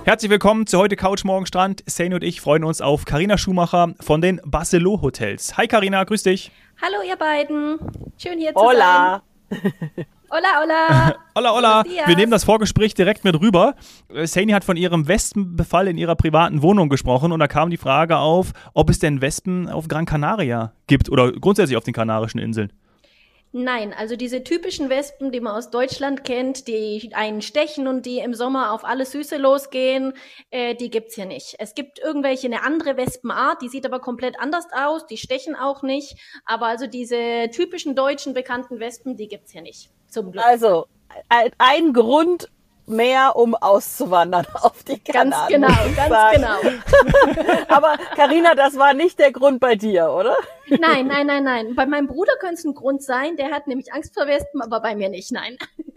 Herzlich willkommen zu heute Couch Morgen Strand. Saini und ich freuen uns auf Carina Schumacher von den Barceló Hotels. Hi Carina, grüß dich. Hallo ihr beiden, schön hier zu Hola. sein. Hola, hola. Hola, hola. Buenos dias. Wir nehmen das Vorgespräch direkt mit rüber. Saini hat von ihrem Wespenbefall in ihrer privaten Wohnung gesprochen und da kam die Frage auf, ob es denn Wespen auf Gran Canaria gibt oder grundsätzlich auf den Kanarischen Inseln. Nein, also diese typischen Wespen, die man aus Deutschland kennt, die einen stechen und die im Sommer auf alles Süße losgehen, die gibt's hier nicht. Es gibt eine andere Wespenart, die sieht aber komplett anders aus, die stechen auch nicht, aber also diese typischen deutschen bekannten Wespen, die gibt's hier nicht, zum Glück. Also ein Grund mehr, um auszuwandern auf die Kanaren. Ganz genau. Aber Carina, das war nicht der Grund bei dir, oder? Nein. Bei meinem Bruder könnte es ein Grund sein, der hat nämlich Angst vor Wespen, aber bei mir nicht, nein.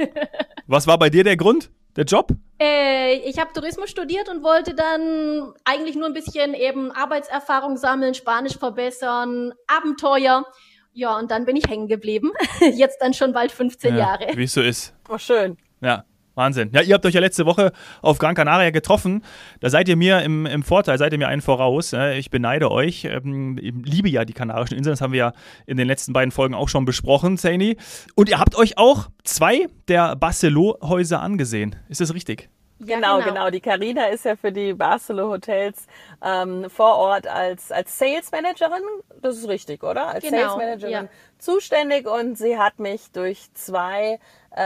Was war bei dir der Grund? Der Job? Ich habe Tourismus studiert und wollte dann eigentlich nur ein bisschen eben Arbeitserfahrung sammeln, Spanisch verbessern, Abenteuer. Ja, und dann bin ich hängen geblieben. Jetzt dann schon bald 15 Jahre. Wie es so ist. Oh, schön. Ja. Wahnsinn. Ja, ihr habt euch ja letzte Woche auf Gran Canaria getroffen. Da seid ihr mir im Vorteil, seid ihr mir einen voraus. Ich beneide euch. Ich liebe ja die Kanarischen Inseln. Das haben wir ja in den letzten beiden Folgen auch schon besprochen, Saini. Und ihr habt euch auch 2 der Barceló-Häuser angesehen. Ist das richtig? Ja, genau. Die Carina ist ja für die Barceló Hotels vor Ort als Sales Managerin, das ist richtig, oder? Als Sales Managerin zuständig und sie hat mich durch 2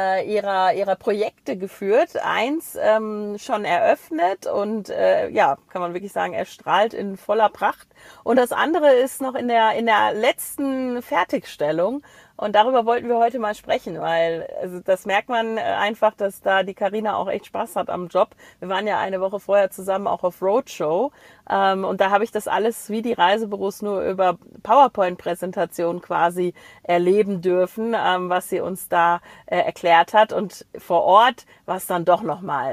ihrer Projekte geführt. Eins schon eröffnet und kann man wirklich sagen, er strahlt in voller Pracht. Und das andere ist noch in der letzten Fertigstellung. Und darüber wollten wir heute mal sprechen, weil also das merkt man einfach, dass da die Carina auch echt Spaß hat am Job. Wir waren ja eine Woche vorher zusammen auch auf Roadshow und da habe ich das alles wie die Reisebüros nur über PowerPoint-Präsentation quasi erleben dürfen, was sie uns da erklärt hat. Und vor Ort war es dann doch nochmal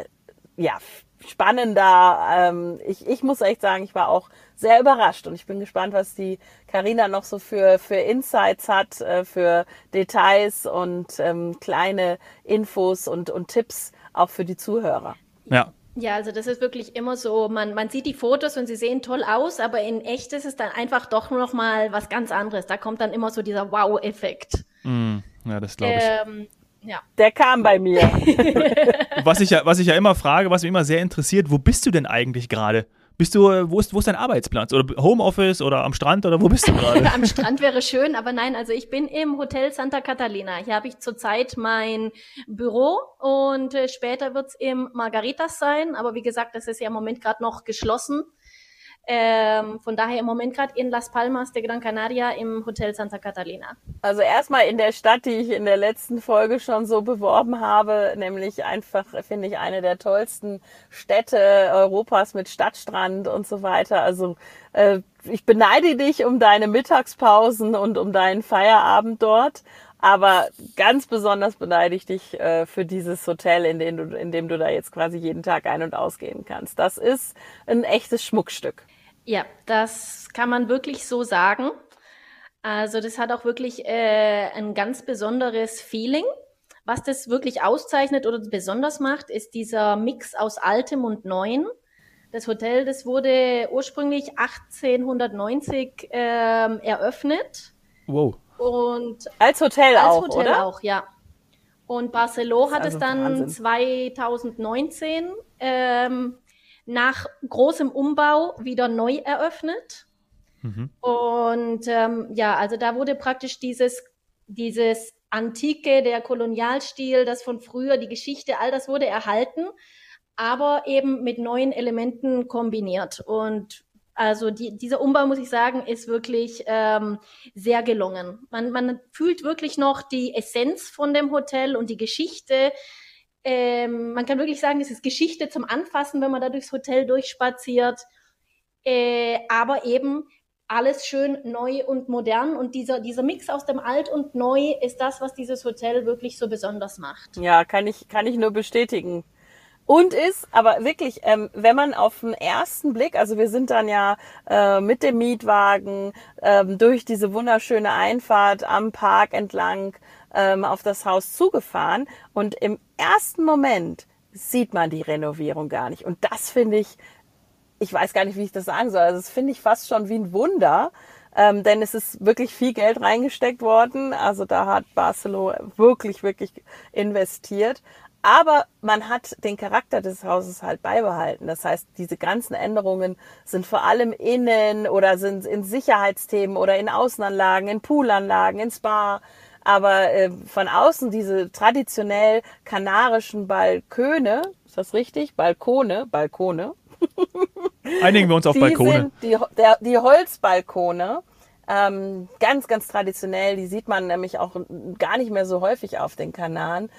spannender. Ich muss echt sagen, ich war auch sehr überrascht und ich bin gespannt, was die Carina noch so für Insights hat, für Details und kleine Infos und Tipps auch für die Zuhörer. Ja. Ja, also das ist wirklich immer so, man sieht die Fotos und sie sehen toll aus, aber in echt ist es dann einfach doch noch mal was ganz anderes. Da kommt dann immer so dieser Wow-Effekt. Ja, das glaube ich. Ja. Der kam bei mir. Was ich ja immer frage, was mich immer sehr interessiert, wo bist du denn eigentlich gerade? Wo ist dein Arbeitsplatz? Oder Homeoffice oder am Strand oder wo bist du gerade? Am Strand wäre schön, aber nein, also ich bin im Hotel Santa Catalina. Hier habe ich zurzeit mein Büro und später wird's im Margaritas sein, aber wie gesagt, das ist ja im Moment gerade noch geschlossen. Von daher im Moment gerade in Las Palmas de Gran Canaria im Hotel Santa Catalina. Also erstmal in der Stadt, die ich in der letzten Folge schon so beworben habe, nämlich einfach, finde ich, eine der tollsten Städte Europas mit Stadtstrand und so weiter. Also ich beneide dich um deine Mittagspausen und um deinen Feierabend dort. Aber ganz besonders beneide ich dich für dieses Hotel, in dem du da jetzt quasi jeden Tag ein- und ausgehen kannst. Das ist ein echtes Schmuckstück. Ja, das kann man wirklich so sagen. Also das hat auch wirklich ein ganz besonderes Feeling. Was das wirklich auszeichnet oder besonders macht, ist dieser Mix aus Altem und Neuem. Das Hotel, das wurde ursprünglich 1890 eröffnet. Wow. Und als Hotel als auch, Hotel oder? auch, ja. Und Barceló hat also es dann Wahnsinn. 2019 nach großem Umbau wieder neu eröffnet. Und also da wurde praktisch dieses Antike, der Kolonialstil, das von früher, die Geschichte, all das wurde erhalten, aber eben mit neuen Elementen kombiniert. Und also dieser Umbau, muss ich sagen, ist wirklich sehr gelungen. Man fühlt wirklich noch die Essenz von dem Hotel und die Geschichte. Man kann wirklich sagen, es ist Geschichte zum Anfassen, wenn man da durchs Hotel durchspaziert. Aber eben alles schön neu und modern. Und dieser Mix aus dem Alt und Neu ist das, was dieses Hotel wirklich so besonders macht. Ja, kann ich nur bestätigen. Und ist, aber wirklich, wenn man auf den ersten Blick, also wir sind dann ja mit dem Mietwagen durch diese wunderschöne Einfahrt am Park entlang auf das Haus zugefahren und im ersten Moment sieht man die Renovierung gar nicht. Und das finde ich weiß gar nicht, wie ich das sagen soll. Also das finde ich fast schon wie ein Wunder, denn es ist wirklich viel Geld reingesteckt worden. Also da hat Barcelo wirklich, wirklich investiert. Aber man hat den Charakter des Hauses halt beibehalten. Das heißt, diese ganzen Änderungen sind vor allem innen oder sind in Sicherheitsthemen oder in Außenanlagen, in Poolanlagen, in Spa. Aber von außen diese traditionell kanarischen Balköne, ist das richtig? Balkone. Einigen wir uns auf Balkone. Sind die Holzbalkone, ganz, ganz traditionell, die sieht man nämlich auch gar nicht mehr so häufig auf den Kanaren.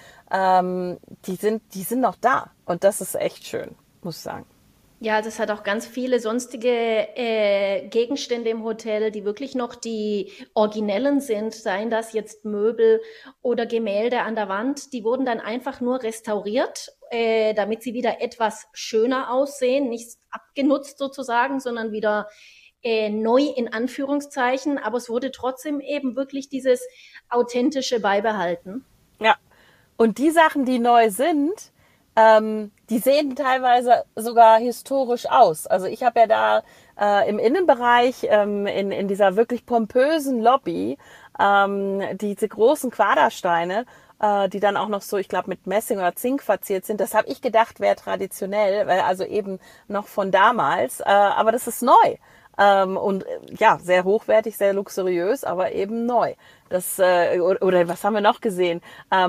Die sind noch da und das ist echt schön, muss ich sagen. Ja, also es hat auch ganz viele sonstige Gegenstände im Hotel, die wirklich noch die originellen sind, seien das jetzt Möbel oder Gemälde an der Wand. Die wurden dann einfach nur restauriert, damit sie wieder etwas schöner aussehen, nicht abgenutzt sozusagen, sondern wieder neu in Anführungszeichen. Aber es wurde trotzdem eben wirklich dieses Authentische beibehalten. Ja, und die Sachen, die neu sind, die sehen teilweise sogar historisch aus. Also ich habe ja da im Innenbereich in dieser wirklich pompösen Lobby diese großen Quadersteine, die dann auch noch so, ich glaube, mit Messing oder Zink verziert sind. Das habe ich gedacht, wäre traditionell, weil also eben noch von damals. Aber das ist neu. Und ja, sehr hochwertig, sehr luxuriös, aber eben neu. Das oder was haben wir noch gesehen?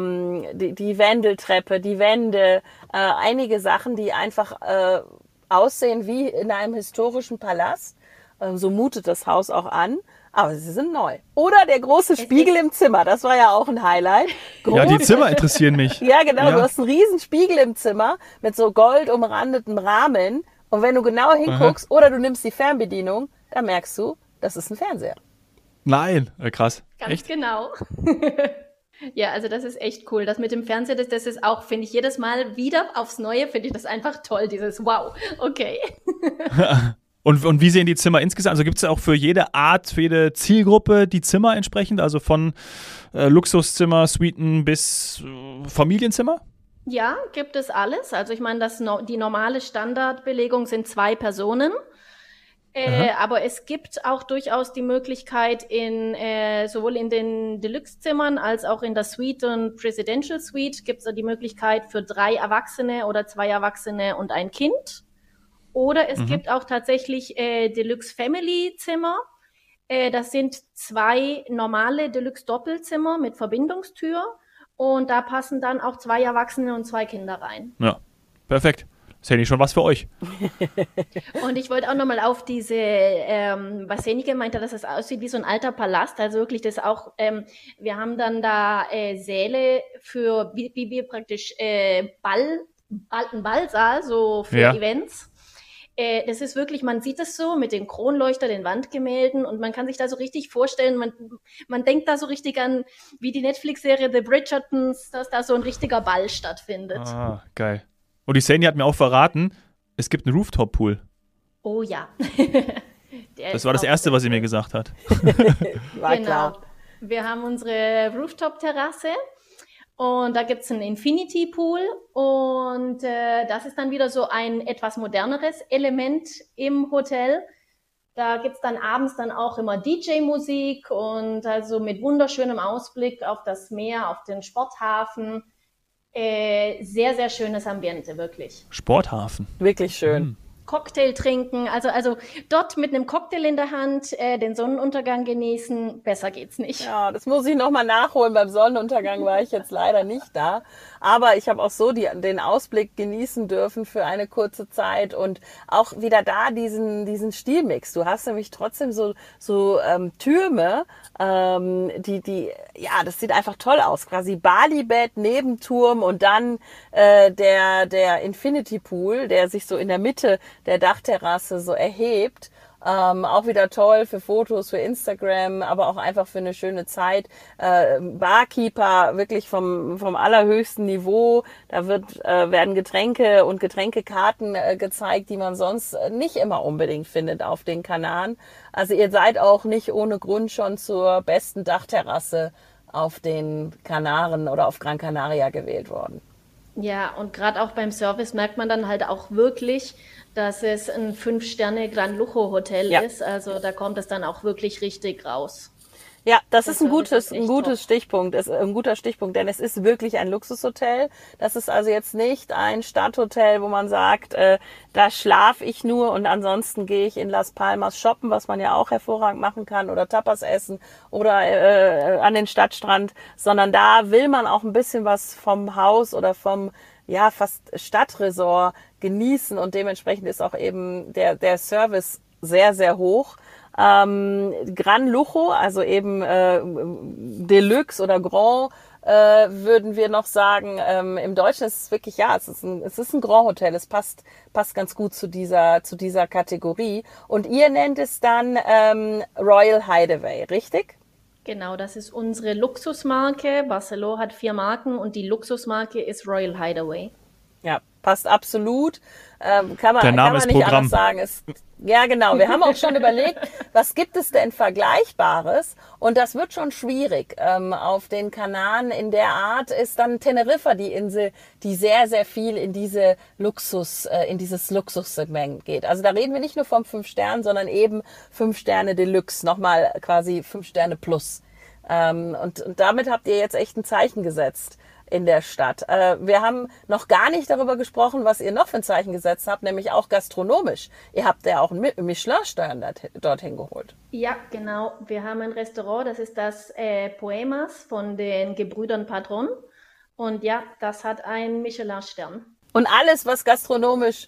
Die Wendeltreppe, die Wände, einige Sachen, die einfach aussehen wie in einem historischen Palast. So mutet das Haus auch an. Aber sie sind neu. Oder der große Spiegel im Zimmer. Das war ja auch ein Highlight. Ja, die Zimmer interessieren mich. Ja, genau. Ja. Du hast einen riesen Spiegel im Zimmer mit so goldumrandetem Rahmen. Und wenn du genau hinguckst oder du nimmst die Fernbedienung, dann merkst du, das ist ein Fernseher. Nein, krass. Ganz echt? Genau. Ja, also das ist echt cool. Das mit dem Fernseher, das ist auch, finde ich, jedes Mal wieder aufs Neue, finde ich das einfach toll, dieses Wow, okay. Und wie sehen die Zimmer insgesamt? Also gibt es auch für jede Art, für jede Zielgruppe die Zimmer entsprechend? Also von Luxuszimmer, Suiten bis Familienzimmer? Ja, gibt es alles. Also ich meine, die normale Standardbelegung sind 2 Personen. Aber es gibt auch durchaus die Möglichkeit, sowohl in den Deluxe-Zimmern als auch in der Suite und Presidential Suite gibt es die Möglichkeit für 3 Erwachsene oder 2 Erwachsene und ein Kind. Oder es gibt auch tatsächlich Deluxe-Family-Zimmer. Das sind 2 normale Deluxe-Doppelzimmer mit Verbindungstür. Und da passen dann auch 2 Erwachsene und 2 Kinder rein. Ja, perfekt. Ist ja nicht schon was für euch. Und ich wollte auch nochmal auf diese, was Seni gemeint hat, dass es aussieht wie so ein alter Palast. Also wirklich das auch, wir haben dann da Säle für, wie wir praktisch einen Ballsaal, so für Events. Das ist wirklich, man sieht es so mit den Kronleuchter, den Wandgemälden und man kann sich da so richtig vorstellen, man denkt da so richtig an, wie die Netflix-Serie The Bridgertons, dass da so ein richtiger Ball stattfindet. Ah, geil. Und die Sandy hat mir auch verraten, es gibt einen Rooftop-Pool. Oh ja. Das war das Erste, was sie mir gesagt hat. War klar. Wir haben unsere Rooftop-Terrasse und da gibt es einen Infinity-Pool und das ist dann wieder so ein etwas moderneres Element im Hotel. Da gibt es dann abends dann auch immer DJ-Musik und also mit wunderschönem Ausblick auf das Meer, auf den Sporthafen. Sehr, sehr schönes Ambiente, wirklich. Sporthafen. Wirklich schön. Cocktail trinken, also dort mit einem Cocktail in der Hand den Sonnenuntergang genießen, besser geht's nicht. Ja, das muss ich nochmal nachholen. Beim Sonnenuntergang war ich jetzt leider nicht da. Aber ich habe auch so den Ausblick genießen dürfen für eine kurze Zeit und auch wieder da diesen Stilmix. Du hast nämlich trotzdem so Türme, ja, das sieht einfach toll aus. Quasi Bali-Bett, Nebenturm und dann der Infinity Pool, der sich so in der Mitte der Dachterrasse so erhebt. Auch wieder toll für Fotos, für Instagram, aber auch einfach für eine schöne Zeit. Barkeeper wirklich vom allerhöchsten Niveau. Da werden Getränke und Getränkekarten gezeigt, die man sonst nicht immer unbedingt findet auf den Kanaren. Also ihr seid auch nicht ohne Grund schon zur besten Dachterrasse auf den Kanaren oder auf Gran Canaria gewählt worden. Ja, und gerade auch beim Service merkt man dann halt auch wirklich, dass es ein 5-Sterne Gran Lujo Hotel ist. Also da kommt es dann auch wirklich richtig raus. Ja, das ist ein gutes Stichpunkt, ein guter Stichpunkt, denn es ist wirklich ein Luxushotel. Das ist also jetzt nicht ein Stadthotel, wo man sagt, da schlafe ich nur und ansonsten gehe ich in Las Palmas shoppen, was man ja auch hervorragend machen kann, oder Tapas essen oder an den Stadtstrand, sondern da will man auch ein bisschen was vom Haus oder vom fast Stadtresort genießen und dementsprechend ist auch eben der Service sehr, sehr hoch. Gran Lujo, also eben Deluxe oder Grand, würden wir noch sagen. Im Deutschen ist es wirklich, es ist ein Grand Hotel. Es passt ganz gut zu dieser Kategorie. Und ihr nennt es dann Royal Hideaway, richtig? Genau, das ist unsere Luxusmarke. Barceló hat 4 Marken und die Luxusmarke ist Royal Hideaway. Ja, passt absolut. Kann man nicht Programm. anders sagen. Ja, genau. Wir haben auch schon überlegt, was gibt es denn Vergleichbares? Und das wird schon schwierig. Auf den Kanaren in der Art ist dann Teneriffa die Insel, die sehr, sehr viel in dieses Luxussegment geht. Also da reden wir nicht nur vom 5 Sternen, sondern eben 5 Sterne Deluxe. Nochmal quasi 5 Sterne plus. Und damit habt ihr jetzt echt ein Zeichen gesetzt in der Stadt. Wir haben noch gar nicht darüber gesprochen, was ihr noch für ein Zeichen gesetzt habt, nämlich auch gastronomisch. Ihr habt ja auch einen Michelin-Stern dorthin geholt. Ja, genau. Wir haben ein Restaurant, das ist das Poemas von den Gebrüdern Padron. Und ja, das hat einen Michelin-Stern. Und alles, was gastronomisch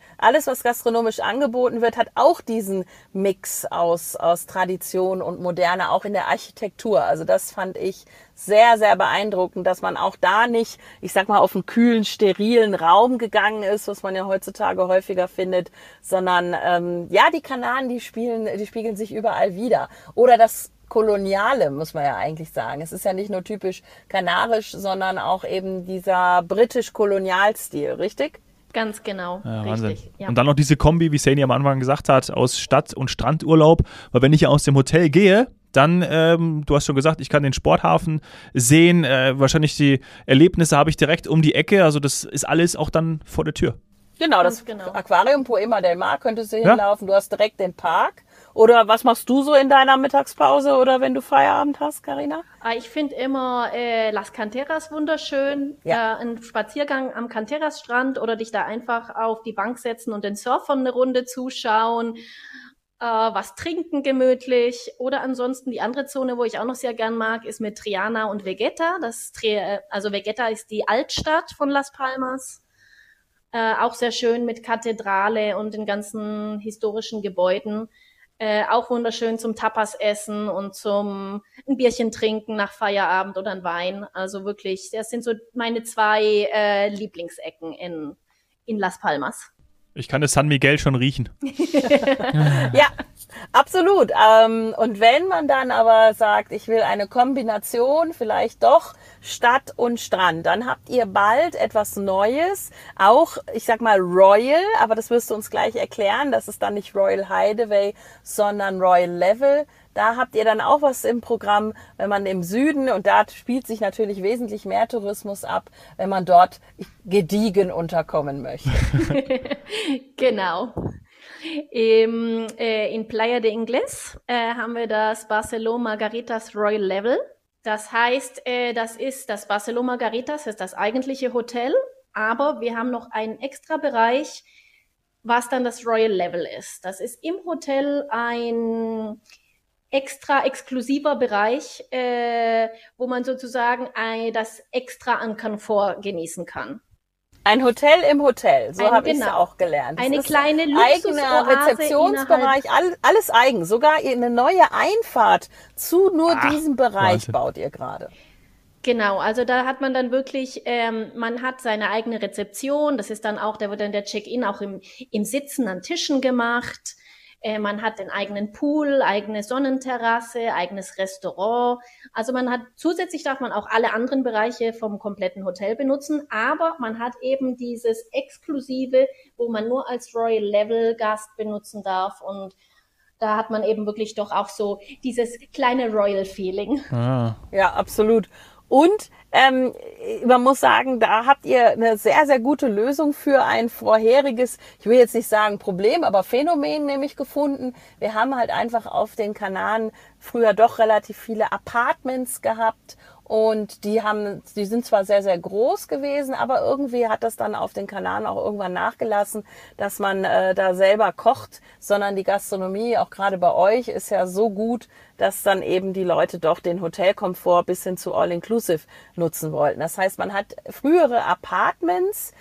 angeboten wird, hat auch diesen Mix aus Tradition und Moderne, auch in der Architektur. Also das fand ich sehr, sehr beeindruckend, dass man auch da nicht, ich sag mal, auf einen kühlen, sterilen Raum gegangen ist, was man ja heutzutage häufiger findet, sondern die Kanaren, die spiegeln sich überall wieder. Oder das Koloniale, muss man ja eigentlich sagen. Es ist ja nicht nur typisch kanarisch, sondern auch eben dieser britisch-Kolonialstil, richtig? Ganz genau, ja, richtig. Ja. Und dann noch diese Kombi, wie Saini am Anfang gesagt hat, aus Stadt- und Strandurlaub. Weil wenn ich aus dem Hotel gehe, dann, du hast schon gesagt, ich kann den Sporthafen sehen. Wahrscheinlich die Erlebnisse habe ich direkt um die Ecke. Also das ist alles auch dann vor der Tür. Genau, Aquarium Poema del Mar könntest du hinlaufen. Du hast direkt den Park. Oder was machst du so in deiner Mittagspause oder wenn du Feierabend hast, Carina? Ich finde immer Las Canteras wunderschön. Ja. Ein Spaziergang am Canteras-Strand oder dich da einfach auf die Bank setzen und den Surfern eine Runde zuschauen. Was trinken gemütlich. Oder ansonsten die andere Zone, wo ich auch noch sehr gern mag, ist mit Triana und Vegeta. Also Vegeta ist die Altstadt von Las Palmas. Auch sehr schön mit Kathedrale und den ganzen historischen Gebäuden. Auch wunderschön zum Tapas essen und zum ein Bierchen trinken nach Feierabend oder ein Wein. Also wirklich, das sind so meine 2 Lieblingsecken in Las Palmas. Ich kann das San Miguel schon riechen. Ja, absolut. Und wenn man dann aber sagt, ich will eine Kombination, vielleicht doch Stadt und Strand, dann habt ihr bald etwas Neues, auch, ich sag mal, Royal, aber das wirst du uns gleich erklären, das ist dann nicht Royal Hideaway, sondern Royal Level. Da habt ihr dann auch was im Programm, wenn man im Süden, und da spielt sich natürlich wesentlich mehr Tourismus ab, wenn man dort gediegen unterkommen möchte. Genau. In Playa de Ingles haben wir das Barceló Margaritas Royal Level. Das heißt, das Barceló Margaritas ist das eigentliche Hotel, aber wir haben noch einen extra Bereich, was dann das Royal Level ist. Das ist im Hotel ein extra exklusiver Bereich, wo man sozusagen das extra an Komfort genießen kann. Ein Hotel im Hotel, so habe ich es auch gelernt. Eine kleine Luxusoase. Eigener Rezeptionsbereich, alles eigen. Sogar eine neue Einfahrt zu nur diesem Bereich Wahnsinn. Baut ihr gerade. Genau, also da hat man dann wirklich, man hat seine eigene Rezeption. Das ist dann auch, da wird dann der Check-in auch im Sitzen an Tischen gemacht. Man hat den eigenen Pool, eigene Sonnenterrasse, eigenes Restaurant. Also zusätzlich darf man auch alle anderen Bereiche vom kompletten Hotel benutzen, aber man hat eben dieses Exklusive, wo man nur als Royal Level Gast benutzen darf, und da hat man eben wirklich doch auch so dieses kleine Royal Feeling. Ja, absolut. Und man muss sagen, da habt ihr eine sehr, sehr gute Lösung für ein vorheriges, ich will jetzt nicht sagen Problem, aber Phänomen nämlich gefunden. Wir haben halt einfach auf den Kanaren früher doch relativ viele Apartments gehabt. Und die sind zwar sehr, sehr groß gewesen, aber irgendwie hat das dann auf den Kanaren auch irgendwann nachgelassen, dass man da selber kocht, sondern die Gastronomie, auch gerade bei euch, ist ja so gut, dass dann eben die Leute doch den Hotelkomfort bis hin zu All-Inclusive nutzen wollten. Das heißt, man hat frühere Apartments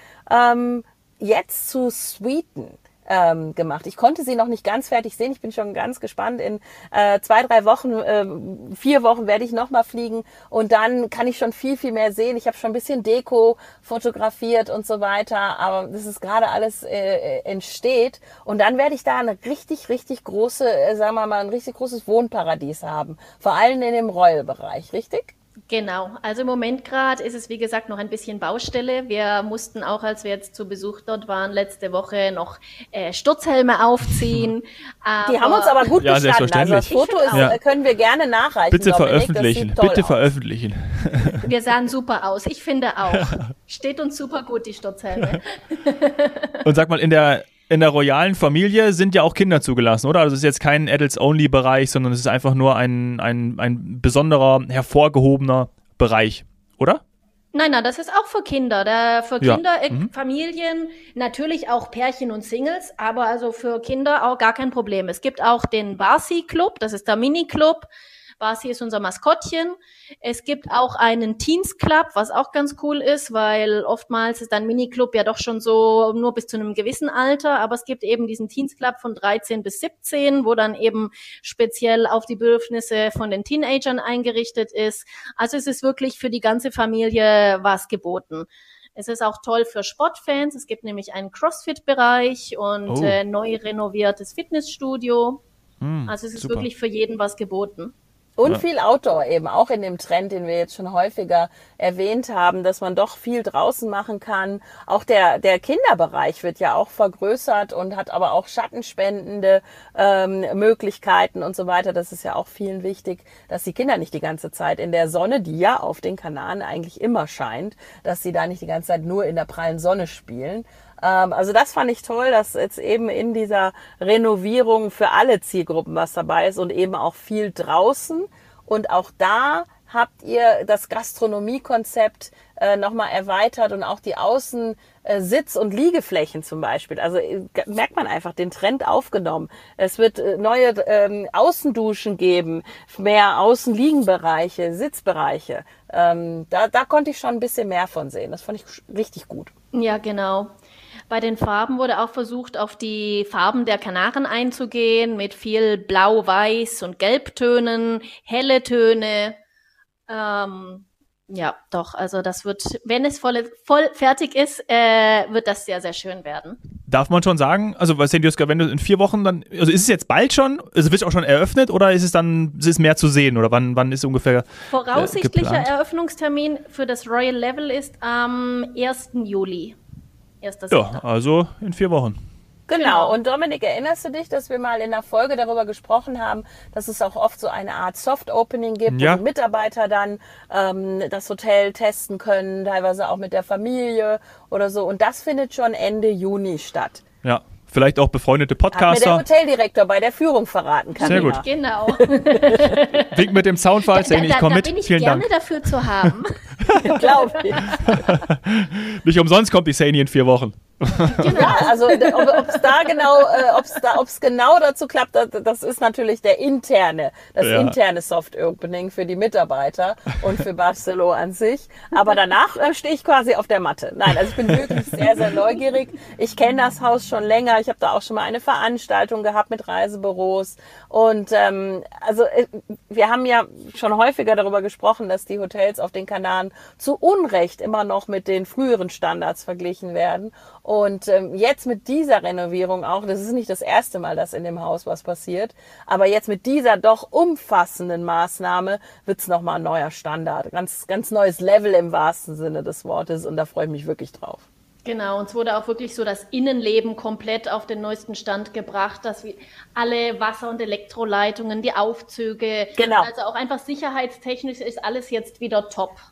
jetzt zu Suiten gemacht. Ich konnte sie noch nicht ganz fertig sehen. Ich bin schon ganz gespannt. In 2-3 Wochen, 4 Wochen werde ich nochmal fliegen und dann kann ich schon viel, viel mehr sehen. Ich habe schon ein bisschen Deko fotografiert und so weiter, aber das ist gerade alles entsteht und dann werde ich da eine richtig, richtig große, sagen wir mal, ein richtig großes Wohnparadies haben. Vor allem in dem Royal-Bereich, richtig? Genau, also im Moment gerade ist es wie gesagt noch ein bisschen Baustelle. Wir mussten auch, als wir jetzt zu Besuch dort waren, letzte Woche noch Sturzhelme aufziehen. Die haben uns aber gut gestanden. Also das Foto können wir gerne nachreichen. Bitte veröffentlichen, bitte veröffentlichen. Wir sahen super aus, ich finde auch. Steht uns super gut, die Sturzhelme. Und sag mal, in der royalen Familie sind ja auch Kinder zugelassen, oder? Also es ist jetzt kein Adults-Only-Bereich, sondern es ist einfach nur ein besonderer, hervorgehobener Bereich, oder? Nein, das ist auch für Kinder. Für Kinder, Familien, natürlich auch Pärchen und Singles, aber also für Kinder auch gar kein Problem. Es gibt auch den Barsi Club, das ist der Mini-Club. Barsi ist unser Maskottchen. Es gibt auch einen Teens Club, was auch ganz cool ist, weil oftmals ist ein Mini-Club ja doch schon so nur bis zu einem gewissen Alter, aber es gibt eben diesen Teens Club von 13 bis 17, wo dann eben speziell auf die Bedürfnisse von den Teenagern eingerichtet ist. Also es ist wirklich für die ganze Familie was geboten. Es ist auch toll für Sportfans. Es gibt nämlich einen CrossFit-Bereich und neu renoviertes Fitnessstudio. Also es ist super. wirklich für jeden was geboten. Und viel Outdoor eben, auch in dem Trend, den wir jetzt schon häufiger erwähnt haben, dass man doch viel draußen machen kann. Auch der Kinderbereich wird ja auch vergrößert und hat aber auch schattenspendende Möglichkeiten und so weiter. Das ist ja auch vielen wichtig, dass die Kinder nicht die ganze Zeit in der Sonne, die ja auf den Kanaren eigentlich immer scheint, dass sie da nicht die ganze Zeit nur in der prallen Sonne spielen. Also das fand ich toll, dass jetzt eben in dieser Renovierung für alle Zielgruppen was dabei ist und eben auch viel draußen. Und auch da habt ihr das Gastronomiekonzept nochmal erweitert und auch die Außensitz- und Liegeflächen zum Beispiel. Also merkt man einfach den Trend aufgenommen. Es wird neue Außenduschen geben, mehr Außenliegenbereiche, Sitzbereiche. Da konnte ich schon ein bisschen mehr von sehen. Das fand ich richtig gut. Ja, genau. Bei den Farben wurde auch versucht, auf die Farben der Kanaren einzugehen, mit viel Blau, Weiß und Gelbtönen, helle Töne. Ja, doch, also das wird, wenn es voll fertig ist, wird das sehr, sehr schön werden. Darf man schon sagen, also was denn, Juska, wenn du in 4 Wochen dann, also ist es jetzt bald schon, also wird es auch schon eröffnet oder ist es mehr zu sehen oder wann ist ungefähr Voraussichtlicher geplant? Eröffnungstermin für das Royal Level ist am 1. Juli. Ja, also in 4 Wochen. Genau. Und Dominik, erinnerst du dich, dass wir mal in der Folge darüber gesprochen haben, dass es auch oft so eine Art Soft-Opening gibt, wo die Mitarbeiter dann das Hotel testen können, teilweise auch mit der Familie oder so. Und das findet schon Ende Juni statt. Ja. Vielleicht auch befreundete Podcaster. Hat mir der Hoteldirektor bei der Führung verraten kann. Sehr gut. Genau. Wink mit dem Soundfall, Saini, ich komme mit. Da bin ich Vielen gerne Dank. dafür zu haben. Glaube ich. Nicht umsonst kommt die Saini in 4 Wochen. Genau. Ja, also ob es genau dazu klappt, das ist natürlich das interne Soft Opening für die Mitarbeiter und für Barcelona an sich. Aber danach stehe ich quasi auf der Matte. Nein, also ich bin wirklich sehr, sehr neugierig. Ich kenne das Haus schon länger. Ich habe da auch schon mal eine Veranstaltung gehabt mit Reisebüros. Und also wir haben ja schon häufiger darüber gesprochen, dass die Hotels auf den Kanaren zu Unrecht immer noch mit den früheren Standards verglichen werden. Und jetzt mit dieser Renovierung auch, das ist nicht das erste Mal, dass in dem Haus was passiert, aber jetzt mit dieser doch umfassenden Maßnahme wird's nochmal ein neuer Standard. Ganz, ganz neues Level im wahrsten Sinne des Wortes und da freue ich mich wirklich drauf. Genau, uns wurde auch wirklich so das Innenleben komplett auf den neuesten Stand gebracht, dass wir alle Wasser- und Elektroleitungen, die Aufzüge, also auch einfach sicherheitstechnisch ist alles jetzt wieder top.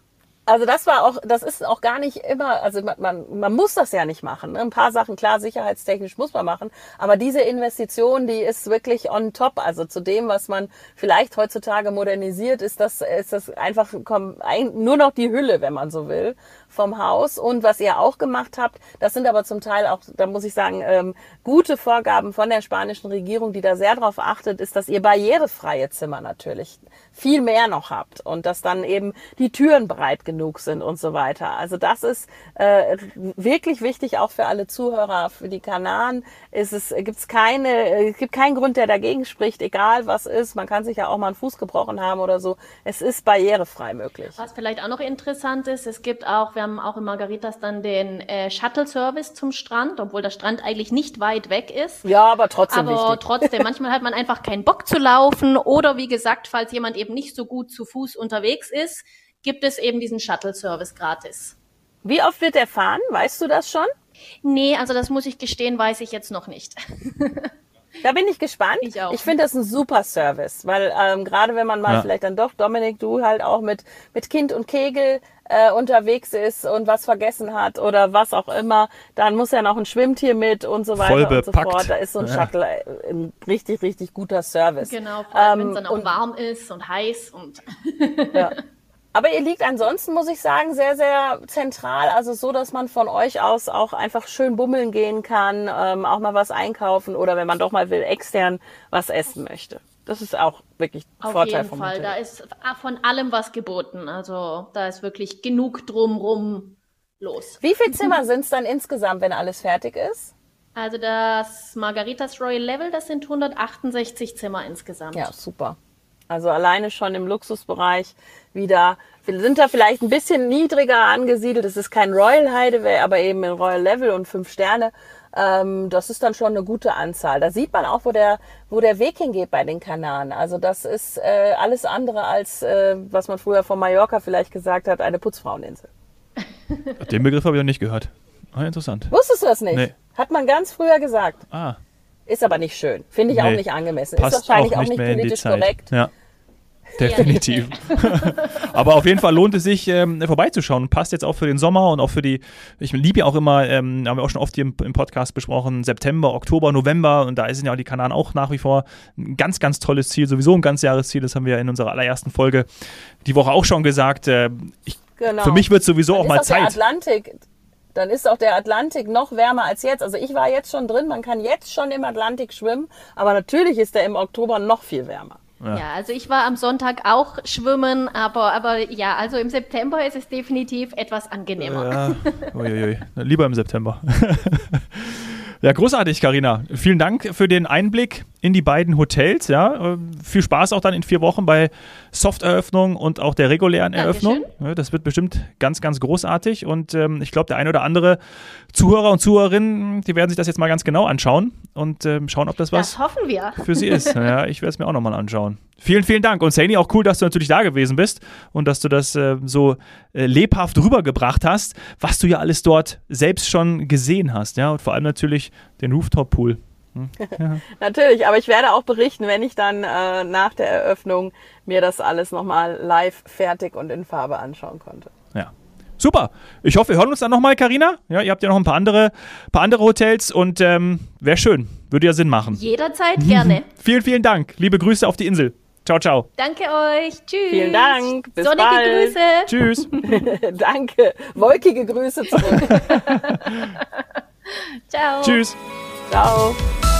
Also das ist auch gar nicht immer, also man muss das ja nicht machen. Ne? Ein paar Sachen, klar, sicherheitstechnisch muss man machen, aber diese Investition, die ist wirklich on top. Also zu dem, was man vielleicht heutzutage modernisiert, ist das einfach nur noch die Hülle, wenn man so will, vom Haus. Und was ihr auch gemacht habt, das sind aber zum Teil auch, da muss ich sagen, gute Vorgaben von der spanischen Regierung, die da sehr drauf achtet, ist, dass ihr barrierefreie Zimmer natürlich viel mehr noch habt und dass dann eben die Türen breit genug sind und so weiter. Also das ist wirklich wichtig, auch für alle Zuhörer. Für die Kanaren es gibt keinen Grund, der dagegen spricht, egal was ist. Man kann sich ja auch mal einen Fuß gebrochen haben oder so. Es ist barrierefrei möglich. Was vielleicht auch noch interessant ist, wir haben auch in Margaritas dann den Shuttle-Service zum Strand, obwohl der Strand eigentlich nicht weit weg ist. Ja, aber trotzdem wichtig. Aber trotzdem, manchmal hat man einfach keinen Bock zu laufen oder wie gesagt, falls jemand eben nicht so gut zu Fuß unterwegs ist, gibt es eben diesen Shuttle-Service gratis. Wie oft wird der fahren? Weißt du das schon? Nee, also das muss ich gestehen, weiß ich jetzt noch nicht. Da bin ich gespannt. Ich auch. Ich finde das ein super Service, weil gerade wenn man mal vielleicht dann doch, Dominik, du halt auch mit Kind und Kegel unterwegs ist und was vergessen hat oder was auch immer, dann muss ja noch ein Schwimmtier mit und so weiter und so fort. Da ist so ein Shuttle ein richtig, richtig guter Service. Genau, vor allem wenn es dann auch warm ist und heiß und ja. Aber ihr liegt ansonsten, muss ich sagen, sehr, sehr zentral. Also so, dass man von euch aus auch einfach schön bummeln gehen kann, auch mal was einkaufen oder wenn man doch mal will, extern was essen möchte. Das ist auch wirklich ein Vorteil vom Hotel. Auf jeden Fall, da ist von allem was geboten. Also da ist wirklich genug drumrum los. Wie viele Zimmer sind es dann insgesamt, wenn alles fertig ist? Also das Margaritas Royal Level, das sind 168 Zimmer insgesamt. Ja, super. Also alleine schon im Luxusbereich wieder. Wir sind da vielleicht ein bisschen niedriger angesiedelt. Es ist kein Royal Hideaway, aber eben im Royal Level und 5 Sterne. Das ist dann schon eine gute Anzahl. Da sieht man auch, wo der Weg hingeht bei den Kanaren. Also das ist alles andere als, was man früher von Mallorca vielleicht gesagt hat, eine Putzfraueninsel. Den Begriff habe ich noch nicht gehört. Ah, interessant. Wusstest du das nicht? Nee. Hat man ganz früher gesagt. Ah. Ist aber nicht schön. Finde ich auch nicht angemessen. Passt ist wahrscheinlich auch nicht mehr politisch in die Zeit. korrekt. Ja. Definitiv. Aber auf jeden Fall lohnt es sich, vorbeizuschauen. Passt jetzt auch für den Sommer und auch für ich liebe ja auch immer, haben wir auch schon oft hier im Podcast besprochen, September, Oktober, November und da sind ja auch die Kanaren auch nach wie vor ein ganz, ganz tolles Ziel, sowieso ein Ganzjahresziel, das haben wir in unserer allerersten Folge die Woche auch schon gesagt. Für mich wird es sowieso auch mal Zeit. Dann ist auch der Atlantik noch wärmer als jetzt. Also ich war jetzt schon drin, man kann jetzt schon im Atlantik schwimmen, aber natürlich ist der im Oktober noch viel wärmer. Ja, also ich war am Sonntag auch schwimmen, aber ja, also im September ist es definitiv etwas angenehmer. Ja, uiuiui. Lieber im September. Ja, großartig, Carina. Vielen Dank für den Einblick in die beiden Hotels. Ja, viel Spaß auch dann in 4 Wochen bei Softeröffnung und auch der regulären Eröffnung. Ja, das wird bestimmt ganz, ganz großartig. Und ich glaube, der ein oder andere Zuhörer und Zuhörerinnen, die werden sich das jetzt mal ganz genau anschauen und schauen, ob das was hoffen wir. Für sie ist. Ja, ich werde es mir auch nochmal anschauen. Vielen, vielen Dank. Und Saini, auch cool, dass du natürlich da gewesen bist und dass du das so lebhaft rübergebracht hast, was du ja alles dort selbst schon gesehen hast. Ja, und vor allem natürlich den Rooftop-Pool. Ja. Natürlich, aber ich werde auch berichten, wenn ich dann nach der Eröffnung mir das alles nochmal live fertig und in Farbe anschauen konnte. Ja. Super. Ich hoffe, wir hören uns dann nochmal, Carina. Ja, ihr habt ja noch ein paar andere Hotels und wäre schön. Würde ja Sinn machen. Jederzeit gerne. Vielen, vielen Dank. Liebe Grüße auf die Insel. Ciao, ciao. Danke euch. Tschüss. Vielen Dank. Bis Sonnige bald. Grüße. Tschüss. Danke. Wolkige Grüße zurück. Ciao. Tschüss. Ciao.